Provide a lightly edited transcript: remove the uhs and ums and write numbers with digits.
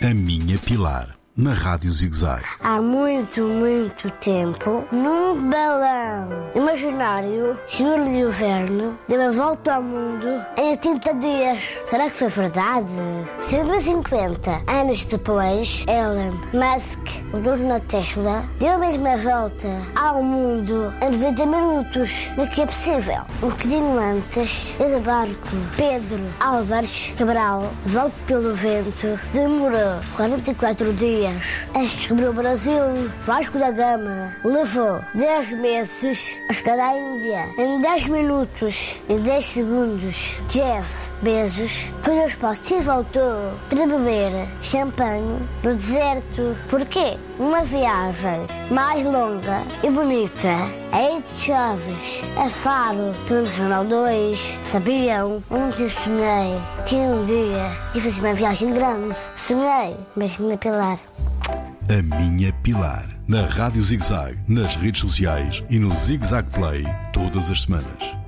A Minha Pilar, na Rádio Zig-Zag. Há muito tempo, num balão imaginário, Júlio Verne deu a volta ao mundo em 80 dias. Será que foi verdade? 150 anos depois, Elon Musk, o dono da Tesla, deu a mesma volta ao mundo em 90 minutos. Mas que é possível? Um bocadinho antes, esse barco, Pedro Álvares Cabral, volta pelo vento, demorou 44 dias. A descobrir o Brasil. Vasco da Gama levou 10 meses a chegar à Índia. Em 10 minutos e 10 segundos, Jeff Bezos foi ao espaço e voltou para beber champanhe no deserto. Porquê? Uma viagem mais longa e bonita. Aí de Chaves, a Faro, pelo Nacional 2. Sabiam? Ontem sonhei que um dia ia fazer uma viagem grande. Sonhei, mas na Pilar. A Minha Pilar, na Rádio Zig-Zag, nas redes sociais e no Zig-Zag Play, todas as semanas.